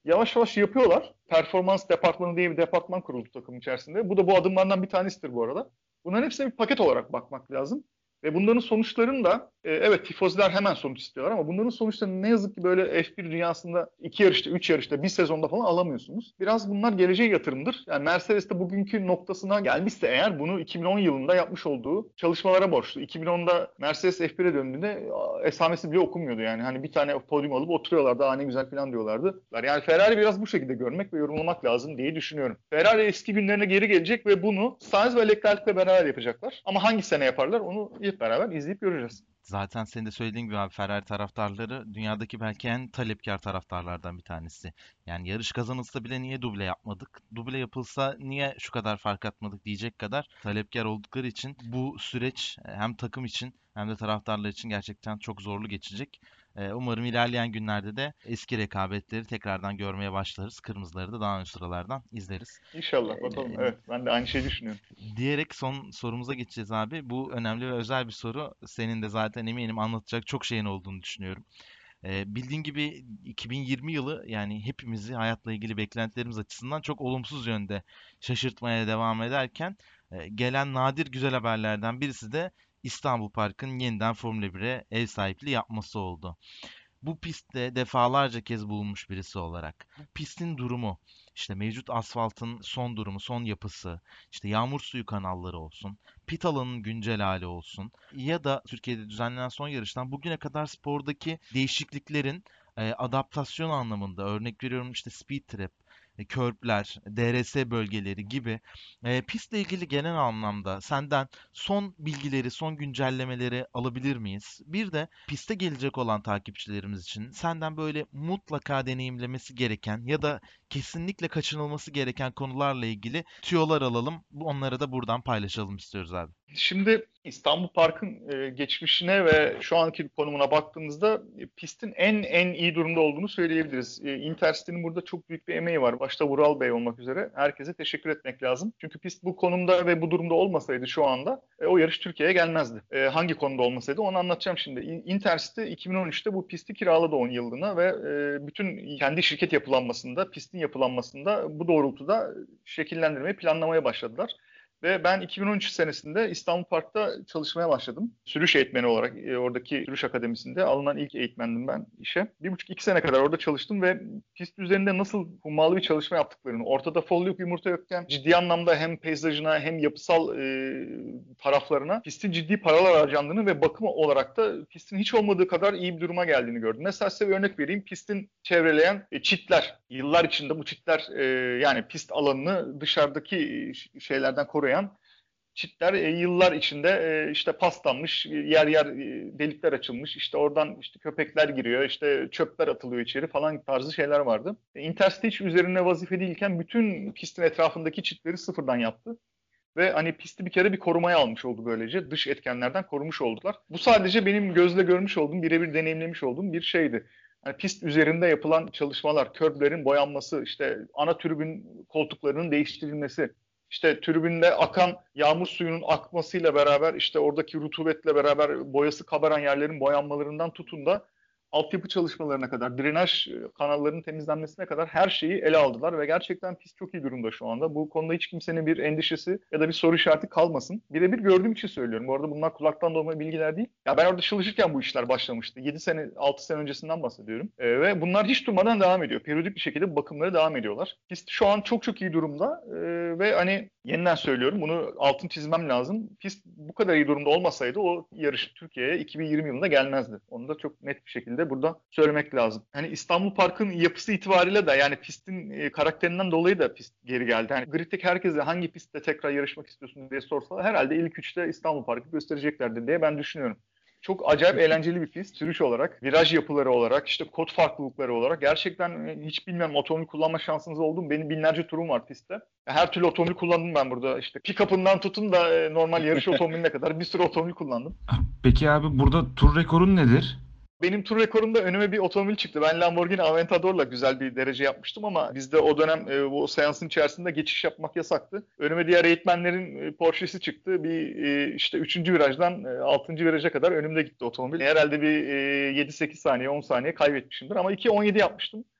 Yavaş yavaş yapıyorlar. Performans departmanı diye bir departman kuruldu takım içerisinde. Bu da bu adımlardan bir tanesidir bu arada. Bunların hepsine bir paket olarak bakmak lazım. Ve bunların sonuçlarını da e, evet tifoziler hemen sonuç istiyorlar ama bunların sonuçlarını ne yazık ki böyle F bir dünyasında iki yarışta, üç yarışta, bir sezonda falan alamıyorsunuz. Biraz bunlar geleceğe yatırımdır. Yani Mercedes de bugünkü noktasına gelmişse eğer bunu iki bin on yılında yapmış olduğu çalışmalara borçlu. iki bin onda Mercedes F bire döndüğünde esamesi bile okunmuyordu yani. Hani bir tane podyum alıp oturuyorlardı, aa ne güzel falan diyorlardı. Yani Ferrari biraz bu şekilde görmek ve yorumlamak lazım diye düşünüyorum. Ferrari eski günlerine geri gelecek ve bunu Sainz ve Leclerc'le beraber yapacaklar. Ama hangi sene yaparlar onu hep beraber izleyip göreceğiz. Zaten senin de söylediğin gibi abi Ferrari taraftarları dünyadaki belki en talepkar taraftarlardan bir tanesi. Yani yarış kazanılsa bile niye duble yapmadık? Duble yapılsa niye şu kadar fark atmadık diyecek kadar talepkar oldukları için bu süreç hem takım için hem de taraftarlar için gerçekten çok zorlu geçecek. Ee, Umarım ilerleyen günlerde de eski rekabetleri tekrardan görmeye başlarız. Kırmızıları da daha ön sıralardan izleriz. İnşallah bakalım. Evet, ben de aynı şeyi düşünüyorum. Diyerek son sorumuza geçeceğiz abi. Bu önemli ve özel bir soru. Senin de zaten eminim anlatacak çok şeyin olduğunu düşünüyorum. Ee, bildiğin gibi iki bin yirmi yılı yani hepimizi hayatla ilgili beklentilerimiz açısından çok olumsuz yönde şaşırtmaya devam ederken e, gelen nadir güzel haberlerden birisi de İstanbul Park'ın yeniden Formula bire ev sahipliği yapması oldu. Bu pistte defalarca kez bulunmuş birisi olarak bu pistin durumu, işte mevcut asfaltın son durumu, son yapısı, işte yağmur suyu kanalları olsun, pit alanının güncel hali olsun ya da Türkiye'de düzenlenen son yarıştan bugüne kadar spordaki değişikliklerin e, adaptasyon anlamında örnek veriyorum işte speed trap, e, curb'ler, D R S bölgeleri gibi e, pistle ilgili genel anlamda senden son bilgileri, son güncellemeleri alabilir miyiz? Bir de piste gelecek olan takipçilerimiz için senden böyle mutlaka deneyimlemesi gereken ya da kesinlikle kaçınılması gereken konularla ilgili tüyolar alalım. Bu- Onları da buradan paylaşalım istiyoruz abi. Şimdi İstanbul Park'ın e, geçmişine ve şu anki konumuna baktığımızda e, pistin en en iyi durumda olduğunu söyleyebiliriz. E, Intercity'nin burada çok büyük bir emeği var. Başta Vural Bey olmak üzere herkese teşekkür etmek lazım. Çünkü pist bu konumda ve bu durumda olmasaydı şu anda e, o yarış Türkiye'ye gelmezdi. E, hangi konuda olmasaydı onu anlatacağım şimdi. İn- Intercity iki bin on üçte bu pisti kiraladı on yıllığına ve e, bütün kendi şirket yapılanmasında, pistin yapılanmasında bu doğrultuda şekillendirmeyi planlamaya başladılar. Ve ben iki bin on üç senesinde İstanbul Park'ta çalışmaya başladım. Sürüş eğitmeni olarak e, oradaki sürüş akademisinde alınan ilk eğitmendim ben işe. Bir buçuk iki sene kadar orada çalıştım ve pist üzerinde nasıl hummalı bir çalışma yaptıklarını, ortada fol yok yumurta yokken ciddi anlamda hem peyzajına hem yapısal e, taraflarına pistin ciddi paralar harcandığını ve bakım olarak da pistin hiç olmadığı kadar iyi bir duruma geldiğini gördüm. Mesela size bir örnek vereyim. Pistin çevreleyen e, çitler, yıllar içinde bu çitler e, yani pist alanını dışarıdaki şeylerden koruyan çitler e, yıllar içinde e, işte paslanmış, yer yer e, delikler açılmış, işte oradan işte köpekler giriyor, işte çöpler atılıyor içeri falan tarzı şeyler vardı. E, Intercity hiç üzerine vazife değilken bütün pistin etrafındaki çitleri sıfırdan yaptı. Ve hani pisti bir kere bir korumaya almış oldu böylece. Dış etkenlerden korumuş oldular. Bu sadece benim gözle görmüş olduğum, birebir deneyimlemiş olduğum bir şeydi. Yani pist üzerinde yapılan çalışmalar, körblerin boyanması, işte ana tribün koltuklarının değiştirilmesi, işte tribünde akan yağmur suyunun akmasıyla beraber işte oradaki rutubetle beraber boyası kabaran yerlerin boyanmalarından tutun da altyapı çalışmalarına kadar, drenaj kanallarının temizlenmesine kadar her şeyi ele aldılar ve gerçekten pist çok iyi durumda şu anda. Bu konuda hiç kimsenin bir endişesi ya da bir soru işareti kalmasın. Birebir gördüğüm için söylüyorum. Bu arada bunlar kulaktan dolma bilgiler değil. Ya ben orada çalışırken bu işler başlamıştı. yedi sene, altı sene öncesinden bahsediyorum. Ee, ve bunlar hiç durmadan devam ediyor. Periyodik bir şekilde bakımları devam ediyorlar. Pist şu an çok çok iyi durumda ee, ve hani yeniden söylüyorum bunu altın çizmem lazım. Pist bu kadar iyi durumda olmasaydı o yarış Türkiye'ye iki bin yirmi yılında gelmezdi. Onu da çok net bir şekilde burada söylemek lazım. Hani İstanbul Park'ın yapısı itibariyle de yani pistin e, karakterinden dolayı da pist geri geldi. Yani griddeki herkese hangi pistte tekrar yarışmak istiyorsun diye sorsa herhalde ilk üçte İstanbul Park'ı göstereceklerdir diye ben düşünüyorum. Çok acayip eğlenceli bir pist. Sürüş olarak, viraj yapıları olarak, işte kod farklılıkları olarak. Gerçekten e, hiç bilmiyorum otomobil kullanma şansınız oldu mu? Benim binlerce turum var pistte. Her türlü otomobil kullandım ben burada. İşte pick-up'ından tutun da e, normal yarış otomobiline kadar bir sürü otomobil kullandım. Peki abi burada tur rekorun nedir? Benim tur rekorumda önüme bir otomobil çıktı. Ben Lamborghini Aventador'la güzel bir derece yapmıştım ama bizde o dönem e, bu seansın içerisinde geçiş yapmak yasaktı. Önüme diğer eğitmenlerin e, Porsche'si çıktı. Bir e, işte üçüncü virajdan e, altıncı viraja kadar önümde gitti otomobil. Herhalde bir e, yedi sekiz saniye on saniye kaybetmişimdir ama iki on yedi yapmıştım.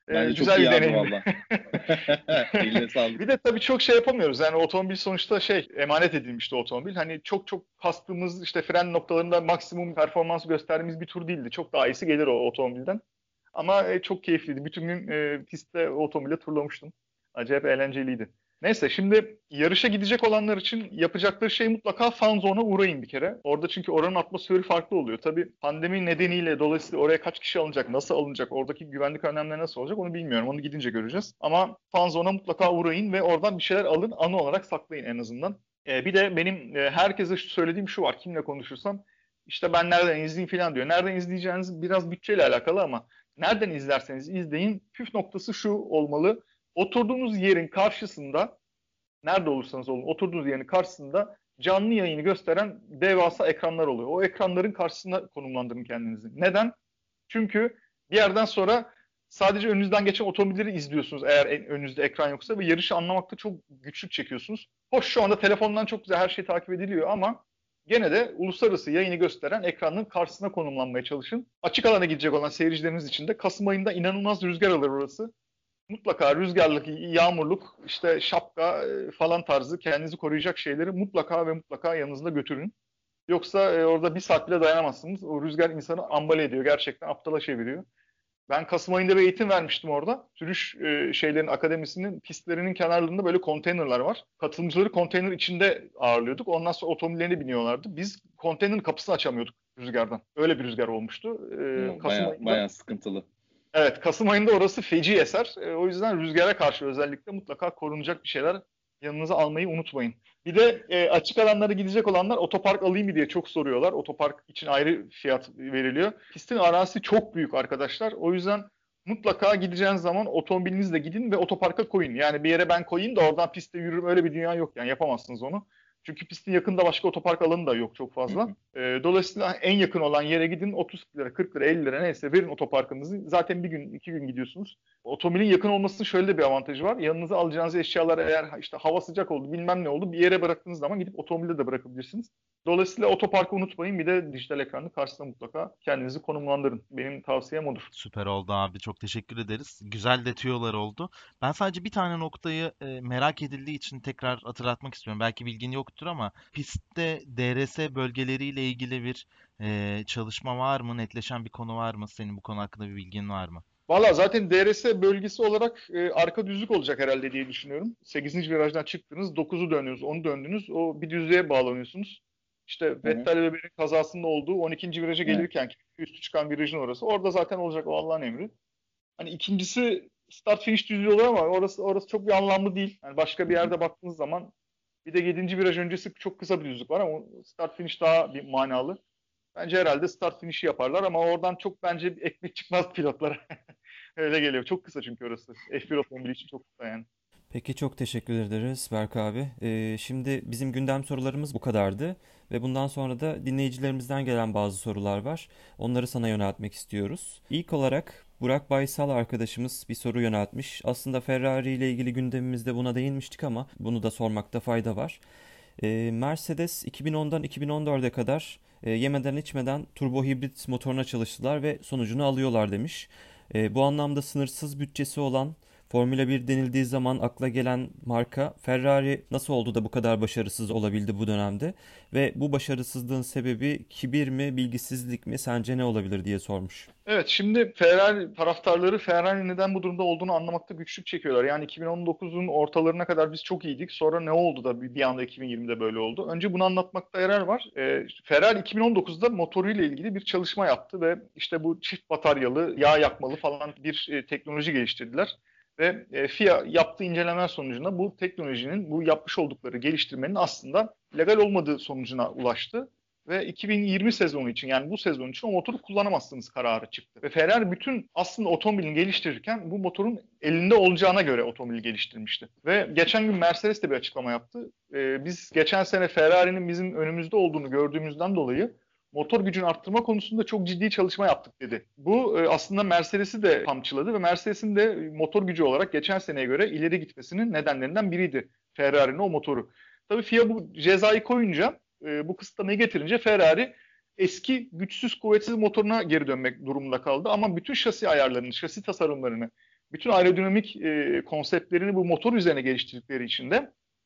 Ee, Bence çok güzel iyi bir abi deneyim. valla. Eline sağlık. Bir de tabii çok şey yapamıyoruz. Yani otomobil sonuçta şey emanet edilmişti otomobil. Hani çok çok kastığımız işte fren noktalarında maksimum performans gösterdiğimiz bir tur değildi. Çok daha iyisi gelir o otomobilden. Ama e, çok keyifliydi. Bütün gün e, pistte otomobile turlamıştım. Acayip eğlenceliydi. Neyse şimdi yarışa gidecek olanlar için yapacakları şey mutlaka fan zone'a uğrayın bir kere. Orada çünkü oranın atmosferi farklı oluyor. Tabii pandemi nedeniyle dolayısıyla oraya kaç kişi alınacak, nasıl alınacak, oradaki güvenlik önlemleri nasıl olacak onu bilmiyorum. Onu gidince göreceğiz. Ama fan zone'a mutlaka uğrayın ve oradan bir şeyler alın, anı olarak saklayın en azından. Ee, bir de benim e, herkese şu söylediğim şu var, kimle konuşursam. İşte ben nereden izleyeyim falan diyor. Nereden izleyeceğiniz biraz bütçeyle alakalı ama nereden izlerseniz izleyin. Püf noktası şu olmalı. Oturduğunuz yerin karşısında, nerede olursanız olun, oturduğunuz yerin karşısında canlı yayını gösteren devasa ekranlar oluyor. O ekranların karşısına konumlandırın kendinizi. Neden? Çünkü bir yerden sonra sadece önünüzden geçen otomobilleri izliyorsunuz eğer önünüzde ekran yoksa ve yarışı anlamakta çok güçlük çekiyorsunuz. Hoş şu anda telefondan çok güzel her şey takip ediliyor ama gene de uluslararası yayını gösteren ekranın karşısına konumlanmaya çalışın. Açık alana gidecek olan seyircilerimiz için de Kasım ayında inanılmaz rüzgar alır orası. Mutlaka rüzgarlık, yağmurluk, işte şapka e, falan tarzı kendinizi koruyacak şeyleri mutlaka ve mutlaka yanınızda götürün. Yoksa e, orada bir saat bile dayanamazsınız. O rüzgar insanı ambale ediyor. Gerçekten aptala çeviriyor. Ben Kasım ayında bir eğitim vermiştim orada. Sürüş e, şeylerin akademisinin pistlerinin kenarlarında böyle konteynerler var. Katılımcıları konteyner içinde ağırlıyorduk. Ondan sonra otomobillerine biniyorlardı. Biz konteynerin kapısını açamıyorduk rüzgardan. Öyle bir rüzgar olmuştu. E, Kasım Baya, ayında baya sıkıntılı. Evet, Kasım ayında orası feci eser. E, o yüzden rüzgara karşı özellikle mutlaka korunacak bir şeyler yanınıza almayı unutmayın. Bir de e, açık alanlara gidecek olanlar otopark alayım mı diye çok soruyorlar. Otopark için ayrı fiyat veriliyor. Pistin arazisi çok büyük arkadaşlar. O yüzden mutlaka gideceğiniz zaman otomobilinizle gidin ve otoparka koyun. Yani bir yere ben koyayım da oradan pistte yürürüm, öyle bir dünya yok. Yani yapamazsınız onu. Çünkü pistin yakında başka otopark alanı da yok çok fazla. E, dolayısıyla en yakın olan yere gidin, otuz lira, kırk lira, elli lira neyse verin otoparkınızı. Zaten bir gün, iki gün gidiyorsunuz. Otomobilin yakın olmasının şöyle de bir avantajı var. Yanınıza alacağınız eşyalar eğer işte hava sıcak oldu, bilmem ne oldu, bir yere bıraktığınız zaman gidip otomobilde de bırakabilirsiniz. Dolayısıyla otoparkı unutmayın. Bir de dijital ekranın karşısına mutlaka kendinizi konumlandırın. Benim tavsiyem odur. Süper oldu abi. Çok teşekkür ederiz. Güzel de tüyolar oldu. Ben sadece bir tane noktayı e, merak edildiği için tekrar hatırlatmak istiyorum. Belki bilgin yoktur ama pistte D R S bölgeleriyle ilgili bir e, çalışma var mı? Netleşen bir konu var mı? Senin bu konu hakkında bir bilgin var mı? Valla zaten D R S bölgesi olarak e, arka düzlük olacak herhalde diye düşünüyorum. sekizinci virajdan çıktınız, dokuzu dönüyorsunuz, onu döndünüz. O bir düzlüğe bağlanıyorsunuz. İşte Vettel ve Weber'in kazasında olduğu on ikinci viraja Evet. gelirken üstü çıkan virajın orası. Orada zaten olacak, o Allah'ın emri. Hani ikincisi start finish düzlüğü olur ama orası orası çok bir anlamlı değil. Yani başka bir yerde baktığınız zaman bir de yedinci viraj öncesi çok kısa bir düzlük var ama start finish daha bir manalı. Bence herhalde start finish'i yaparlar ama oradan çok bence ekmek çıkmaz pilotlara. Öyle geliyor. Çok kısa çünkü orası. F bir otomobili için çok kısa yani. Peki çok teşekkür ederiz Berk abi. Ee, şimdi bizim gündem sorularımız bu kadardı ve bundan sonra da dinleyicilerimizden gelen bazı sorular var. Onları sana yöneltmek istiyoruz. İlk olarak Burak Baysal arkadaşımız bir soru yöneltmiş. Aslında Ferrari ile ilgili gündemimizde buna değinmiştik ama bunu da sormakta fayda var. Ee, Mercedes iki bin ondan iki bin on dörde kadar e, yemeden içmeden turbo hibrit motoruna çalıştılar ve sonucunu alıyorlar demiş. E, bu anlamda sınırsız bütçesi olan Formula bir denildiği zaman akla gelen marka Ferrari nasıl oldu da bu kadar başarısız olabildi bu dönemde ve bu başarısızlığın sebebi kibir mi, bilgisizlik mi, sence ne olabilir diye sormuş. Evet, şimdi Ferrari taraftarları Ferrari'nin neden bu durumda olduğunu anlamakta güçlük çekiyorlar. Yani iki bin on dokuzun ortalarına kadar biz çok iyiydik. Sonra ne oldu da bir bir anda iki bin yirmide böyle oldu? Önce bunu anlatmakta yarar var. Ee, Ferrari iki bin on dokuzda motoruyla ilgili bir çalışma yaptı ve işte bu çift bataryalı, yağ yakmalı falan bir e, teknoloji geliştirdiler. Ve e, F I A yaptığı incelemeler sonucunda bu teknolojinin, bu yapmış oldukları geliştirmenin aslında legal olmadığı sonucuna ulaştı. Ve iki bin yirmi sezonu için, yani bu sezon için o motoru kullanamazsınız kararı çıktı. Ve Ferrari bütün aslında otomobilini geliştirirken bu motorun elinde olacağına göre otomobili geliştirmişti. Ve geçen gün Mercedes de bir açıklama yaptı. Ee, biz geçen sene Ferrari'nin bizim önümüzde olduğunu gördüğümüzden dolayı motor gücünü arttırma konusunda çok ciddi çalışma yaptık dedi. Bu e, aslında Mercedes'i de kamçıladı ve Mercedes'in de motor gücü olarak geçen seneye göre ileri gitmesinin nedenlerinden biriydi Ferrari'nin o motoru. Tabii F I A bu cezayı koyunca, e, bu kısıtlamayı getirince Ferrari eski güçsüz kuvvetsiz motoruna geri dönmek durumunda kaldı. Ama bütün şasi ayarlarını, şasi tasarımlarını bütün aerodinamik e, konseptlerini bu motor üzerine geliştirdikleri için de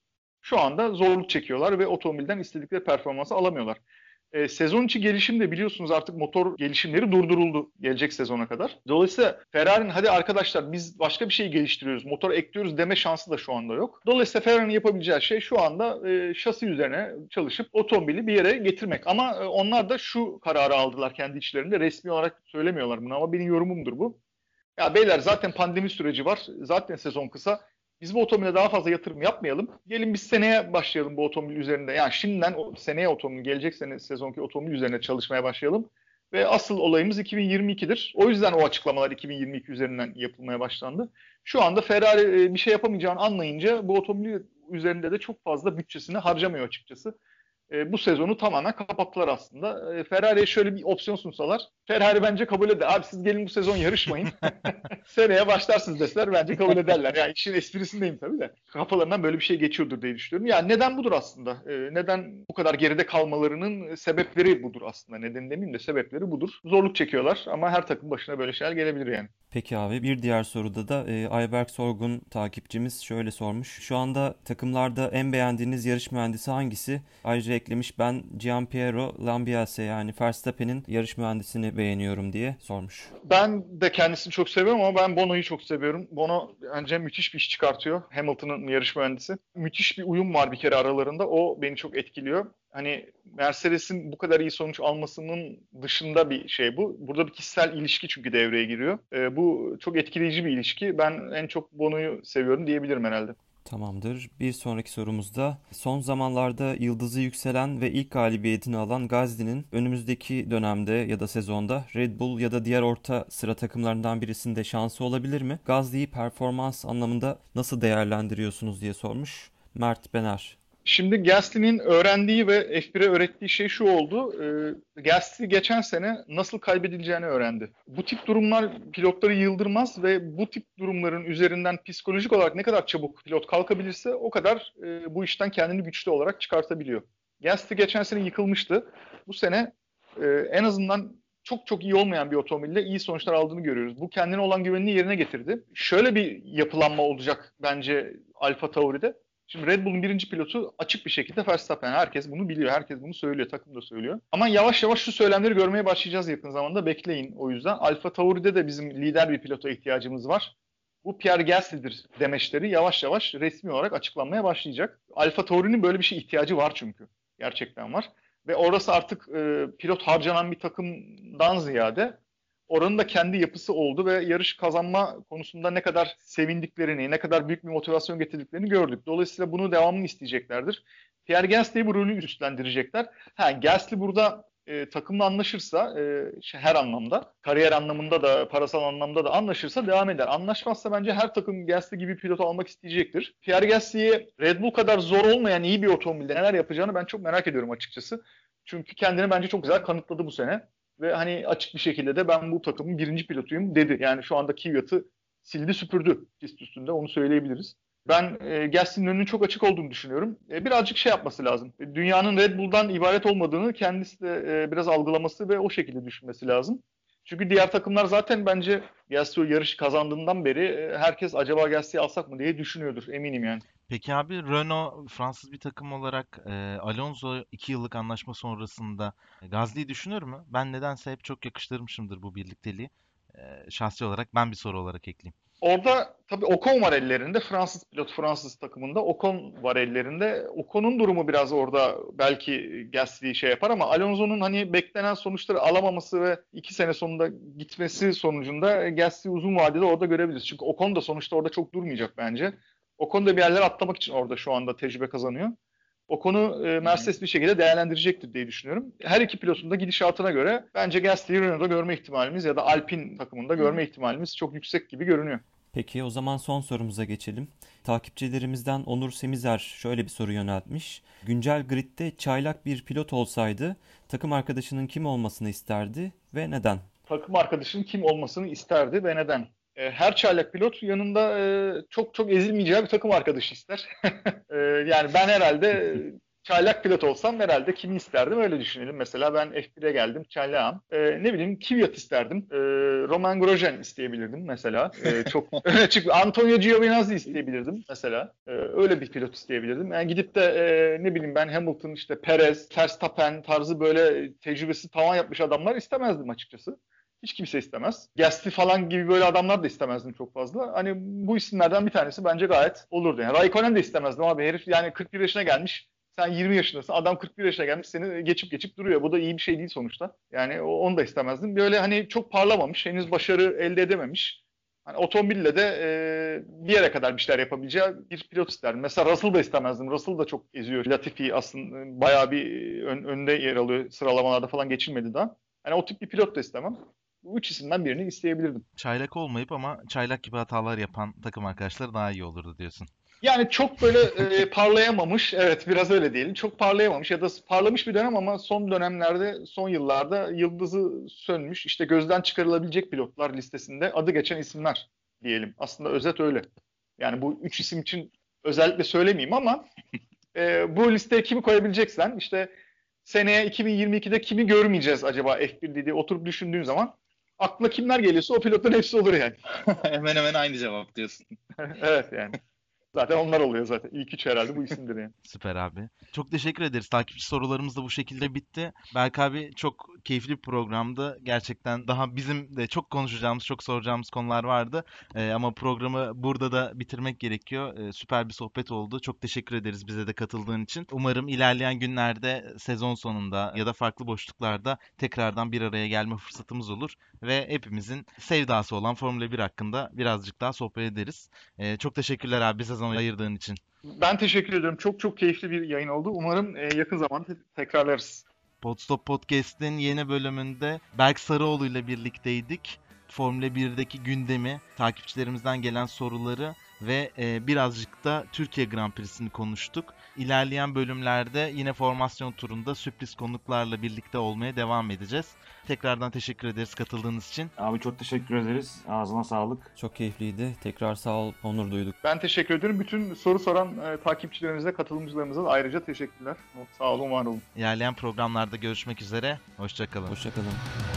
şu anda zorluk çekiyorlar ve otomobilden istedikleri performansı alamıyorlar. E, sezon içi gelişim de biliyorsunuz artık motor gelişimleri durduruldu gelecek sezona kadar. Dolayısıyla Ferrari'nin hadi arkadaşlar biz başka bir şey geliştiriyoruz, motor ekliyoruz deme şansı da şu anda yok. Dolayısıyla Ferrari'nin yapabileceği şey şu anda e, şasi üzerine çalışıp otomobili bir yere getirmek. Ama e, onlar da şu kararı aldılar kendi içlerinde. Resmi olarak söylemiyorlar bunu ama benim yorumumdur bu. Ya beyler zaten pandemi süreci var, zaten sezon kısa. Biz bu otomobile daha fazla yatırım yapmayalım. Gelin biz seneye başlayalım bu otomobil üzerinde. Yani şimdiden o seneye otomobil, gelecek sene sezonki otomobil üzerine çalışmaya başlayalım. Ve asıl olayımız iki bin yirmi ikidir. O yüzden o açıklamalar iki bin yirmi iki üzerinden yapılmaya başlandı. Şu anda Ferrari bir şey yapamayacağını anlayınca bu otomobil üzerinde de çok fazla bütçesini harcamıyor açıkçası. E, bu sezonu tamamen kapattılar aslında. E, Ferrari'ye şöyle bir opsiyon sunsalar, Ferrari bence kabul eder. Abi siz gelin bu sezon yarışmayın. Seneye başlarsınız deseler bence kabul ederler. Yani işin esprisindeyim tabii de. Kafalarından böyle bir şey geçiyordur diye düşünüyorum. Yani neden budur aslında? E, neden bu kadar geride kalmalarının sebepleri budur aslında. Neden demeyeyim de sebepleri budur. Zorluk çekiyorlar ama her takım başına böyle şeyler gelebilir yani. Peki abi, bir diğer soruda da e, Ayberk Sorgun takipçimiz şöyle sormuş. Şu anda takımlarda en beğendiğiniz yarış mühendisi hangisi? Ayrıca eklemiş, ben Gianpiero Lambiase yani Verstappen'in yarış mühendisini beğeniyorum diye sormuş. Ben de kendisini çok seviyorum ama ben Bono'yu çok seviyorum. Bono bence müthiş bir iş çıkartıyor. Hamilton'ın yarış mühendisi. Müthiş bir uyum var bir kere aralarında. O beni çok etkiliyor. Hani Mercedes'in bu kadar iyi sonuç almasının dışında bir şey bu. Burada bir kişisel ilişki çünkü devreye giriyor. Ee, bu çok etkileyici bir ilişki. Ben en çok Bono'yu seviyorum diyebilirim herhalde. Tamamdır. Bir sonraki sorumuzda son zamanlarda yıldızı yükselen ve ilk galibiyetini alan Gasly'nin önümüzdeki dönemde ya da sezonda Red Bull ya da diğer orta sıra takımlarından birisinde şansı olabilir mi? Gasly'yi performans anlamında nasıl değerlendiriyorsunuz diye sormuş Mert Bener. Şimdi Gasly'nin öğrendiği ve F bir'e öğrettiği şey şu oldu. E, Gasly geçen sene nasıl kaybedileceğini öğrendi. Bu tip durumlar pilotları yıldırmaz ve bu tip durumların üzerinden psikolojik olarak ne kadar çabuk pilot kalkabilirse o kadar e, bu işten kendini güçlü olarak çıkartabiliyor. Gasly geçen sene yıkılmıştı. Bu sene e, en azından çok çok iyi olmayan bir otomobille iyi sonuçlar aldığını görüyoruz. Bu kendine olan güvenini yerine getirdi. Şöyle bir yapılanma olacak bence Alfa Tauri'de. Şimdi Red Bull'un birinci pilotu açık bir şekilde Verstappen. Herkes bunu biliyor. Herkes bunu söylüyor. Takım da söylüyor. Ama yavaş yavaş şu söylemleri görmeye başlayacağız yakın zamanda. Bekleyin o yüzden. Alfa Tauri'de de bizim lider bir pilota ihtiyacımız var. Bu Pierre Gasly'dir demeçleri yavaş yavaş resmi olarak açıklanmaya başlayacak. Alfa Tauri'nin böyle bir şeye ihtiyacı var çünkü. Gerçekten var. Ve orası artık e, pilot harcanan bir takımdan ziyade oranın da kendi yapısı oldu ve yarış kazanma konusunda ne kadar sevindiklerini, ne kadar büyük bir motivasyon getirdiklerini gördük. Dolayısıyla bunu devamını isteyeceklerdir. Pierre Gasly'yi bu rolü üstlendirecekler. Ha, Gasly burada e, takımla anlaşırsa e, her anlamda, kariyer anlamında da, parasal anlamda da anlaşırsa devam eder. Anlaşmazsa bence her takım Gasly gibi pilot almak isteyecektir. Pierre Gasly'ye Red Bull kadar zor olmayan iyi bir otomobilde neler yapacağını ben çok merak ediyorum açıkçası. Çünkü kendini bence çok güzel kanıtladı bu sene. Ve hani açık bir şekilde de ben bu takımın birinci pilotuyum dedi. Yani şu anda Kvyat'ı sildi süpürdü pist üstünde, onu söyleyebiliriz. Ben e, Gasly'nin önünün çok açık olduğunu düşünüyorum. E, birazcık şey yapması lazım. E, dünyanın Red Bull'dan ibaret olmadığını kendisi de e, biraz algılaması ve o şekilde düşünmesi lazım. Çünkü diğer takımlar zaten bence Gasly o yarışı kazandığından beri e, herkes acaba Gasly'yi alsak mı diye düşünüyordur, eminim yani. Peki abi, Renault Fransız bir takım olarak e, Alonso iki yıllık anlaşma sonrasında e, Gasly'yi düşünür mü? Ben nedense hep çok yakıştırmışımdır bu birlikteliği. E, şahsi olarak ben bir soru olarak ekleyeyim. Orada tabii Ocon var ellerinde. Fransız pilot, Fransız takımında Ocon var ellerinde. Ocon'un durumu biraz orada belki Gasly'yi şey yapar ama Alonso'nun hani beklenen sonuçları alamaması ve iki sene sonunda gitmesi sonucunda Gasly'yi uzun vadede orada görebiliriz. Çünkü Ocon da sonuçta orada çok durmayacak bence. Ocon da bir yerlere atlamak için orada şu anda tecrübe kazanıyor. Ocon'u e, Mercedes bir şekilde değerlendirecektir diye düşünüyorum. Her iki pilotun da gidişatına göre bence Gasly'yi Renault'da görme ihtimalimiz ya da Alpine takımında görme ihtimalimiz çok yüksek gibi görünüyor. Peki o zaman son sorumuza geçelim. Takipçilerimizden Onur Semizer şöyle bir soru yöneltmiş. Güncel gridde çaylak bir pilot olsaydı takım arkadaşının kim olmasını isterdi ve neden? Takım arkadaşının kim olmasını isterdi ve neden? Her çaylak pilot yanında çok çok ezilmeyeceği bir takım arkadaşı ister. Yani ben herhalde çaylak pilot olsam herhalde kimi isterdim öyle düşünelim. Mesela ben F bir'e geldim çaylağım. Ee, ne bileyim Kvyat isterdim. Ee, Roman Grosjean isteyebilirdim mesela. Ee, çok öne çık. Antonio Giovinazzi isteyebilirdim mesela. Ee, öyle bir pilot isteyebilirdim. Yani gidip de e, ne bileyim ben Hamilton, işte Perez, Verstappen tarzı böyle tecrübesi tavan yapmış adamlar istemezdim açıkçası. Hiç kimse istemez. Gasly falan gibi böyle adamlar da istemezdim çok fazla. Hani bu isimlerden bir tanesi bence gayet olurdu. Yani Raikkonen de istemezdim abi. Herif yani kırk bir yaşına gelmiş. Sen yirmi yaşındasın. Adam kırk bir yaşına gelmiş. Seni geçip geçip duruyor. Bu da iyi bir şey değil sonuçta. Yani onu da istemezdim. Böyle hani çok parlamamış. Henüz başarı elde edememiş. Hani otomobille de e, bir yere kadar bir şeyler yapabileceği bir pilot isterdim. Mesela Russell da istemezdim. Russell da çok eziyor. Latifi aslında bayağı bir ön, önde yer alıyor. Sıralamalarda falan geçilmedi daha. Hani o tip bir pilot da istemem. Bu üç isimden birini isteyebilirdim. Çaylak olmayıp ama çaylak gibi hatalar yapan takım arkadaşları daha iyi olurdu diyorsun. Yani çok böyle e, parlayamamış, evet biraz öyle diyelim. Çok parlayamamış ya da parlamış bir dönem ama son dönemlerde, son yıllarda yıldızı sönmüş, işte gözden çıkarılabilecek pilotlar listesinde adı geçen isimler diyelim. Aslında özet öyle. Yani bu üç isim için özellikle söylemeyeyim ama e, bu listeye kimi koyabileceksen, işte seneye iki bin yirmi ikide kimi görmeyeceğiz acaba F bir diye oturup düşündüğün zaman aklına kimler geliyorsa o pilotların hepsi olur yani. Hemen hemen aynı cevap diyorsun. Evet yani. Zaten onlar oluyor zaten. İlk üç herhalde bu isimdir yani. Süper abi. Çok teşekkür ederiz. Takipçi sorularımız da bu şekilde bitti. Berk abi çok keyifli bir programdı. Gerçekten daha bizim de çok konuşacağımız, çok soracağımız konular vardı. Ee, ama programı burada da bitirmek gerekiyor. Ee, süper bir sohbet oldu. Çok teşekkür ederiz bize de katıldığın için. Umarım ilerleyen günlerde sezon sonunda ya da farklı boşluklarda tekrardan bir araya gelme fırsatımız olur. Ve hepimizin sevdası olan Formula bir hakkında birazcık daha sohbet ederiz. Ee, çok teşekkürler abi bize zaman ayırdığın için. Ben teşekkür ediyorum. Çok çok keyifli bir yayın oldu. Umarım e, yakın zamanda te- tekrarlarız. Podstop Podcast'in yeni bölümünde Berk Sarıoğlu ile birlikteydik. Formula birdeki gündemi, takipçilerimizden gelen soruları ve e, birazcık da Türkiye Grand Prix'sini konuştuk. İlerleyen bölümlerde yine formasyon turunda sürpriz konuklarla birlikte olmaya devam edeceğiz. Tekrardan teşekkür ederiz katıldığınız için. Abi çok teşekkür ederiz. Ağzına sağlık. Çok keyifliydi. Tekrar sağ ol, onur duyduk. Ben teşekkür ederim. Bütün soru soran e, takipçilerimize, katılımcılarımıza da ayrıca teşekkürler. Sağ olun, var olun. İlerleyen programlarda görüşmek üzere. Hoşça kalın. Hoşçakalın.